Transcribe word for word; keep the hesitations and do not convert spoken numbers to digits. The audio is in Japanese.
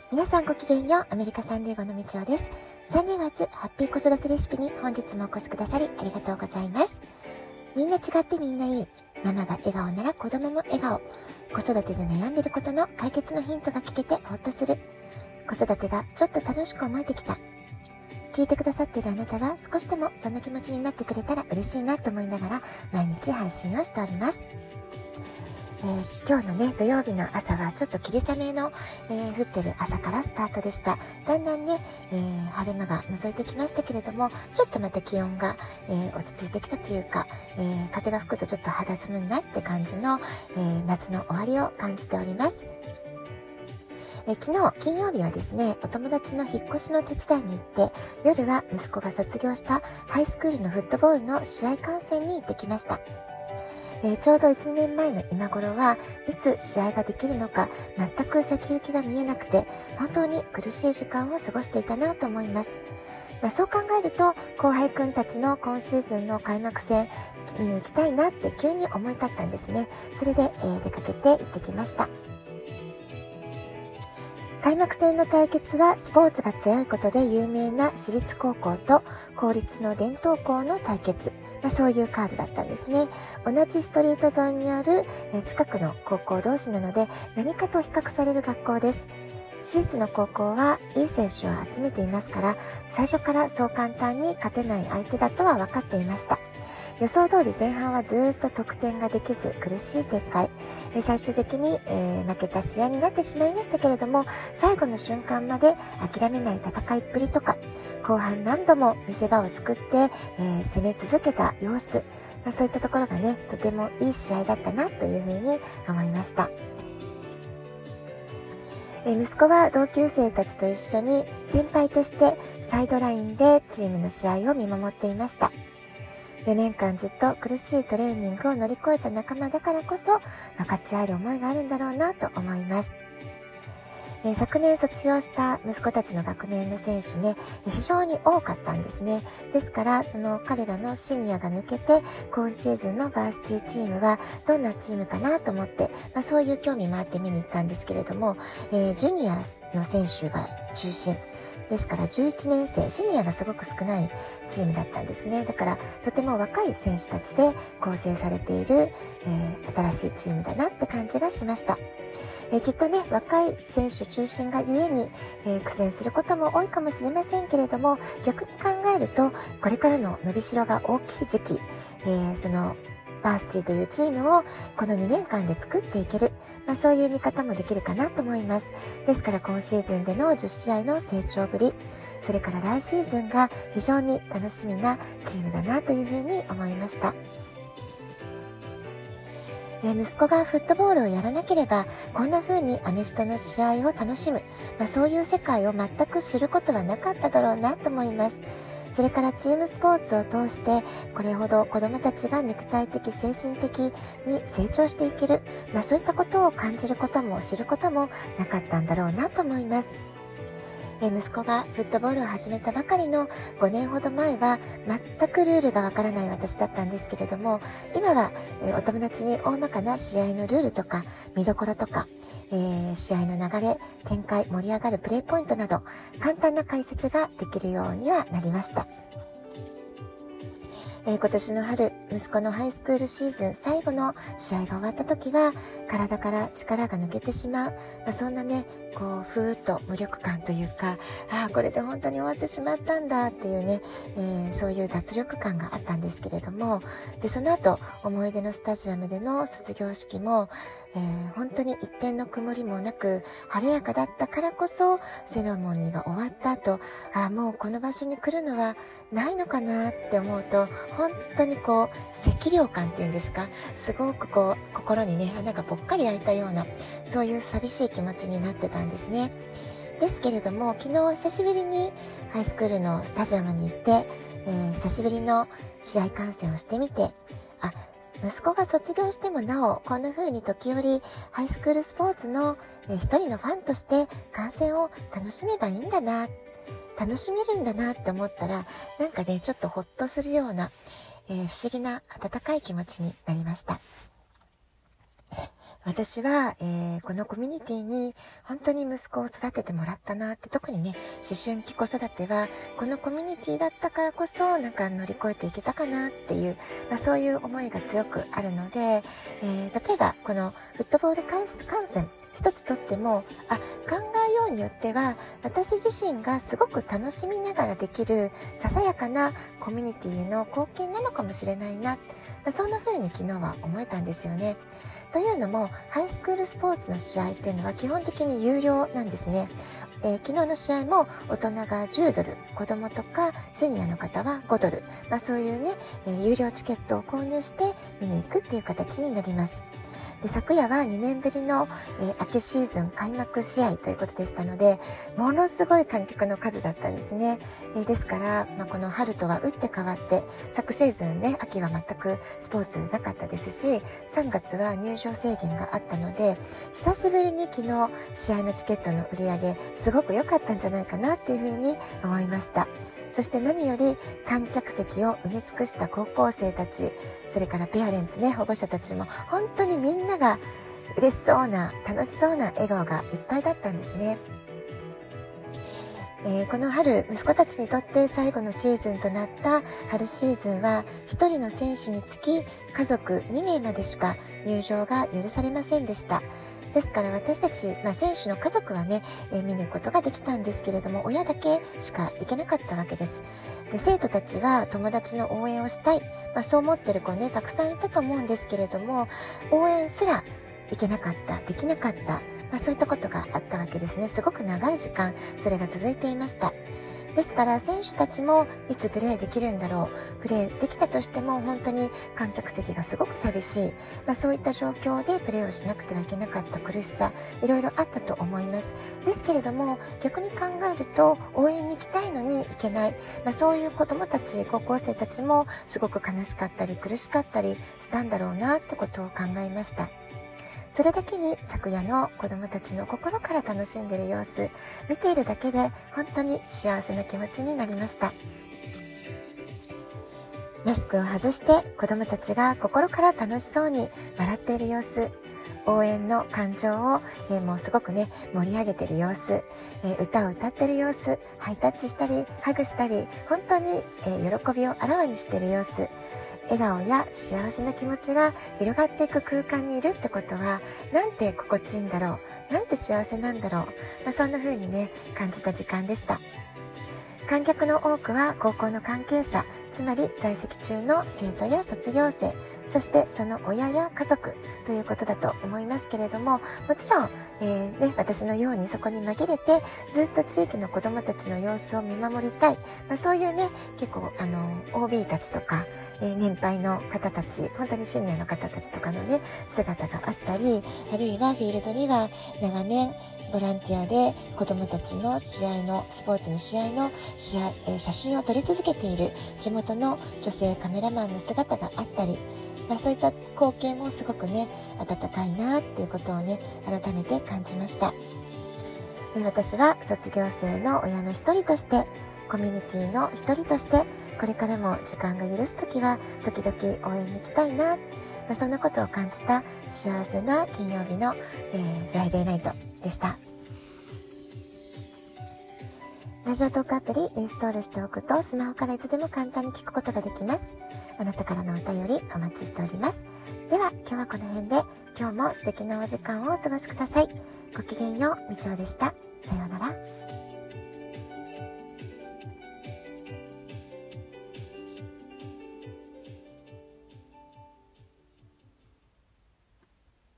皆さんごきげんよう。アメリカサンディエゴのみちおです。さんねんがつハッピー子育てレシピに本日もお越しくださりありがとうございます。みんな違ってみんないい。ママが笑顔なら子供も笑顔。子育てで悩んでることの解決のヒントが聞けてほっとする。子育てがちょっと楽しく思えてきた。聞いてくださっているあなたが少しでもそんな気持ちになってくれたら嬉しいなと思いながら毎日配信をしております。えー、今日のね土曜日の朝はちょっと霧雨の、えー、降ってる朝からスタートでした。だんだんね、えー、晴れ間が覗いてきましたけれども、ちょっとまた気温が、えー、落ち着いてきたというか、えー、風が吹くとちょっと肌寒いなって感じの、えー、夏の終わりを感じております。え昨日金曜日はですね、お友達の引っ越しの手伝いに行って、夜は息子が卒業したハイスクールのフットボールの試合観戦に行ってきました。えー、ちょうどいちねんまえの今頃はいつ試合ができるのか全く先行きが見えなくて、本当に苦しい時間を過ごしていたなと思います。まあ、そう考えると後輩くんたちの今シーズンの開幕戦見に行きたいなって急に思い立ったんですね。それで、えー、出かけて行ってきました。開幕戦の対決はスポーツが強いことで有名な私立高校と公立の伝統校の対決、まあ、そういうカードだったんですね。同じストリート沿いにある近くの高校同士なので何かと比較される学校です。私立の高校はいい選手を集めていますから、最初からそう簡単に勝てない相手だとは分かっていました。予想通り前半はずっと得点ができず苦しい展開、最終的に、えー、負けた試合になってしまいましたけれども、最後の瞬間まで諦めない戦いっぷりとか、後半何度も見せ場を作って、えー、攻め続けた様子、まあ、そういったところがねとてもいい試合だったなというふうに思いました。えー、息子は同級生たちと一緒に先輩としてサイドラインでチームの試合を見守っていました。よねんかんずっと苦しいトレーニングを乗り越えた仲間だからこそ分かち合える思いがあるんだろうなと思います。えー、昨年卒業した息子たちの学年の選手ね、非常に多かったんですね。ですからその彼らのシニアが抜けて今シーズンのバーシティチームはどんなチームかなと思って、まあ、そういう興味もあって見に行ったんですけれども、えー、ジュニアの選手が中心ですからじゅういちねんせい、シニアがすごく少ないチームだったんですね。だからとても若い選手たちで構成されている、えー、新しいチームだなって感じがしました。えー、きっとね若い選手中心がゆえに、えー、苦戦することも多いかもしれませんけれども、逆に考えるとこれからの伸びしろが大きい時期、えー、そのバーシティというチームをこのにねんかんで作っていける、まあ、そういう見方もできるかなと思います。ですから今シーズンでのじゅっしあいの成長ぶり、それから来シーズンが非常に楽しみなチームだなというふうに思いました。えー、息子がフットボールをやらなければこんな風にアメフトの試合を楽しむ、まあ、そういう世界を全く知ることはなかっただろうなと思います。それからチームスポーツを通してこれほど子どもたちが肉体的精神的に成長していける、まあ、そういったことを感じることも知ることもなかったんだろうなと思います。え息子がフットボールを始めたばかりのごねんほど前は全くルールがわからない私だったんですけれども、今は、えお友達に大まかな試合のルールとか見どころとか、えー、試合の流れ、展開、盛り上がるプレーポイントなど簡単な解説ができるようにはなりました。えー、今年の春、息子のハイスクールシーズン最後の試合が終わった時は体から力が抜けてしまう、まあ、そんなねこうふーっと無力感というか、ああこれで本当に終わってしまったんだっていうね、えー、そういう脱力感があったんですけれども、でその後思い出のスタジアムでの卒業式も、えー、本当に一点の曇りもなく晴れやかだったからこそ、セレモニーが終わった後、ああもうこの場所に来るのはないのかなって思うと、本当にこう寂寥感っていうんですか、すごくこう心にね穴がぽっかり開いたような、そういう寂しい気持ちになってたんですね。ですけれども昨日久しぶりにハイスクールのスタジアムに行って、えー、久しぶりの試合観戦をしてみて、あ息子が卒業してもなおこんな風に時折ハイスクールスポーツの、えー、一人のファンとして観戦を楽しめばいいんだな、楽しめるんだなって思ったら、なんかねちょっとほっとするような、えー、不思議な温かい気持ちになりました。 私は、えー、このコミュニティに本当に息子を育ててもらったなって、特にね、思春期子育てはこのコミュニティだったからこそなんか乗り越えていけたかなっていう、まあ、そういう思いが強くあるので、えー、例えばこのフットボール観戦一つとっても、あ、考えようによっては私自身がすごく楽しみながらできるささやかなコミュニティの貢献なのかもしれないな、まあ、そんな風に昨日は思えたんですよね。というのも、ハイスクールスポーツの試合っていうのは基本的に有料なんですね。えー、昨日の試合も大人がじゅうドル、子供とかシニアの方はごドル、まあ、そういうね、えー、有料チケットを購入して見に行くっていう形になります。で、昨夜はにねんぶりの、えー、秋シーズン開幕試合ということでしたので、ものすごい観客の数だったんですね。えー、ですから、まあ、この春とは打って変わって、昨シーズンね、秋は全くスポーツなかったですし、さんがつは入場制限があったので、久しぶりに昨日試合のチケットの売り上げ、すごく良かったんじゃないかなっていうふうに思いました。そして何より観客席を埋め尽くした高校生たち、それからペアレンツね、保護者たちも本当にみんなが嬉しそうな、楽しそうな笑顔がいっぱいだったんですね。えー、この春、息子たちにとって最後のシーズンとなった春シーズンは、ひとりの選手につき家族にめいまでしか入場が許されませんでした。ですから私たち、まあ、選手の家族はね、えー、見ることができたんですけれども、親だけしか行けなかったわけです。で、生徒たちは友達の応援をしたい、まあ、そう思ってる子ね、たくさんいたと思うんですけれども、応援すら行けなかった、できなかった、まあ、そういったことがあったわけですね。すごく長い時間それが続いていました。ですから選手たちもいつプレーできるんだろう、プレーできたとしても本当に観客席がすごく寂しい、まあ、そういった状況でプレーをしなくてはいけなかった苦しさ、いろいろあったと思います。ですけれども逆に考えると、応援に行きたいのに行けない、まあ、そういう子どもたち、高校生たちもすごく悲しかったり苦しかったりしたんだろうなってことを考えました。それだけに昨夜の子供たちの心から楽しんでいる様子、見ているだけで本当に幸せな気持ちになりました。マスクを外して子供たちが心から楽しそうに笑っている様子、応援の感情を、えー、もうすごくね盛り上げている様子、えー、歌を歌っている様子、ハイタッチしたりハグしたり、本当に、えー、喜びをあらわにしている様子、笑顔や幸せな気持ちが広がっていく空間にいるってことは、なんて心地いいんだろう、なんて幸せなんだろう、まあ、そんな風にね感じた時間でした。観客の多くは高校の関係者、つまり在籍中の生徒や卒業生、そしてその親や家族ということだと思いますけれども、もちろん、えーね、私のようにそこに紛れてずっと地域の子どもたちの様子を見守りたい、まあ、そういうね結構あの オービー たちとか、えー、年配の方たち、本当にシニアの方たちとかのね姿があったり、あるいはフィールドには長年ボランティアで子どもたちの試合のスポーツの試合の試合、えー、写真を撮り続けている地元の女性カメラマンの姿があったり、まあ、そういった光景もすごくね温かいなっていうことをね改めて感じました。えー、私は卒業生の親の一人として、コミュニティの一人として、これからも時間が許すときは時々応援に行きたいな、まあ、そんなことを感じた幸せな金曜日の、えー、フライデーナイトでした。ラジオトークアプリインストールしておくとスマホからいつでも簡単に聞くことができます。あなたからのお便りお待ちしております。では今日はこの辺で、今日も素敵なお時間をお過ごしください。ごきげんよう、みちおでした。さようなら。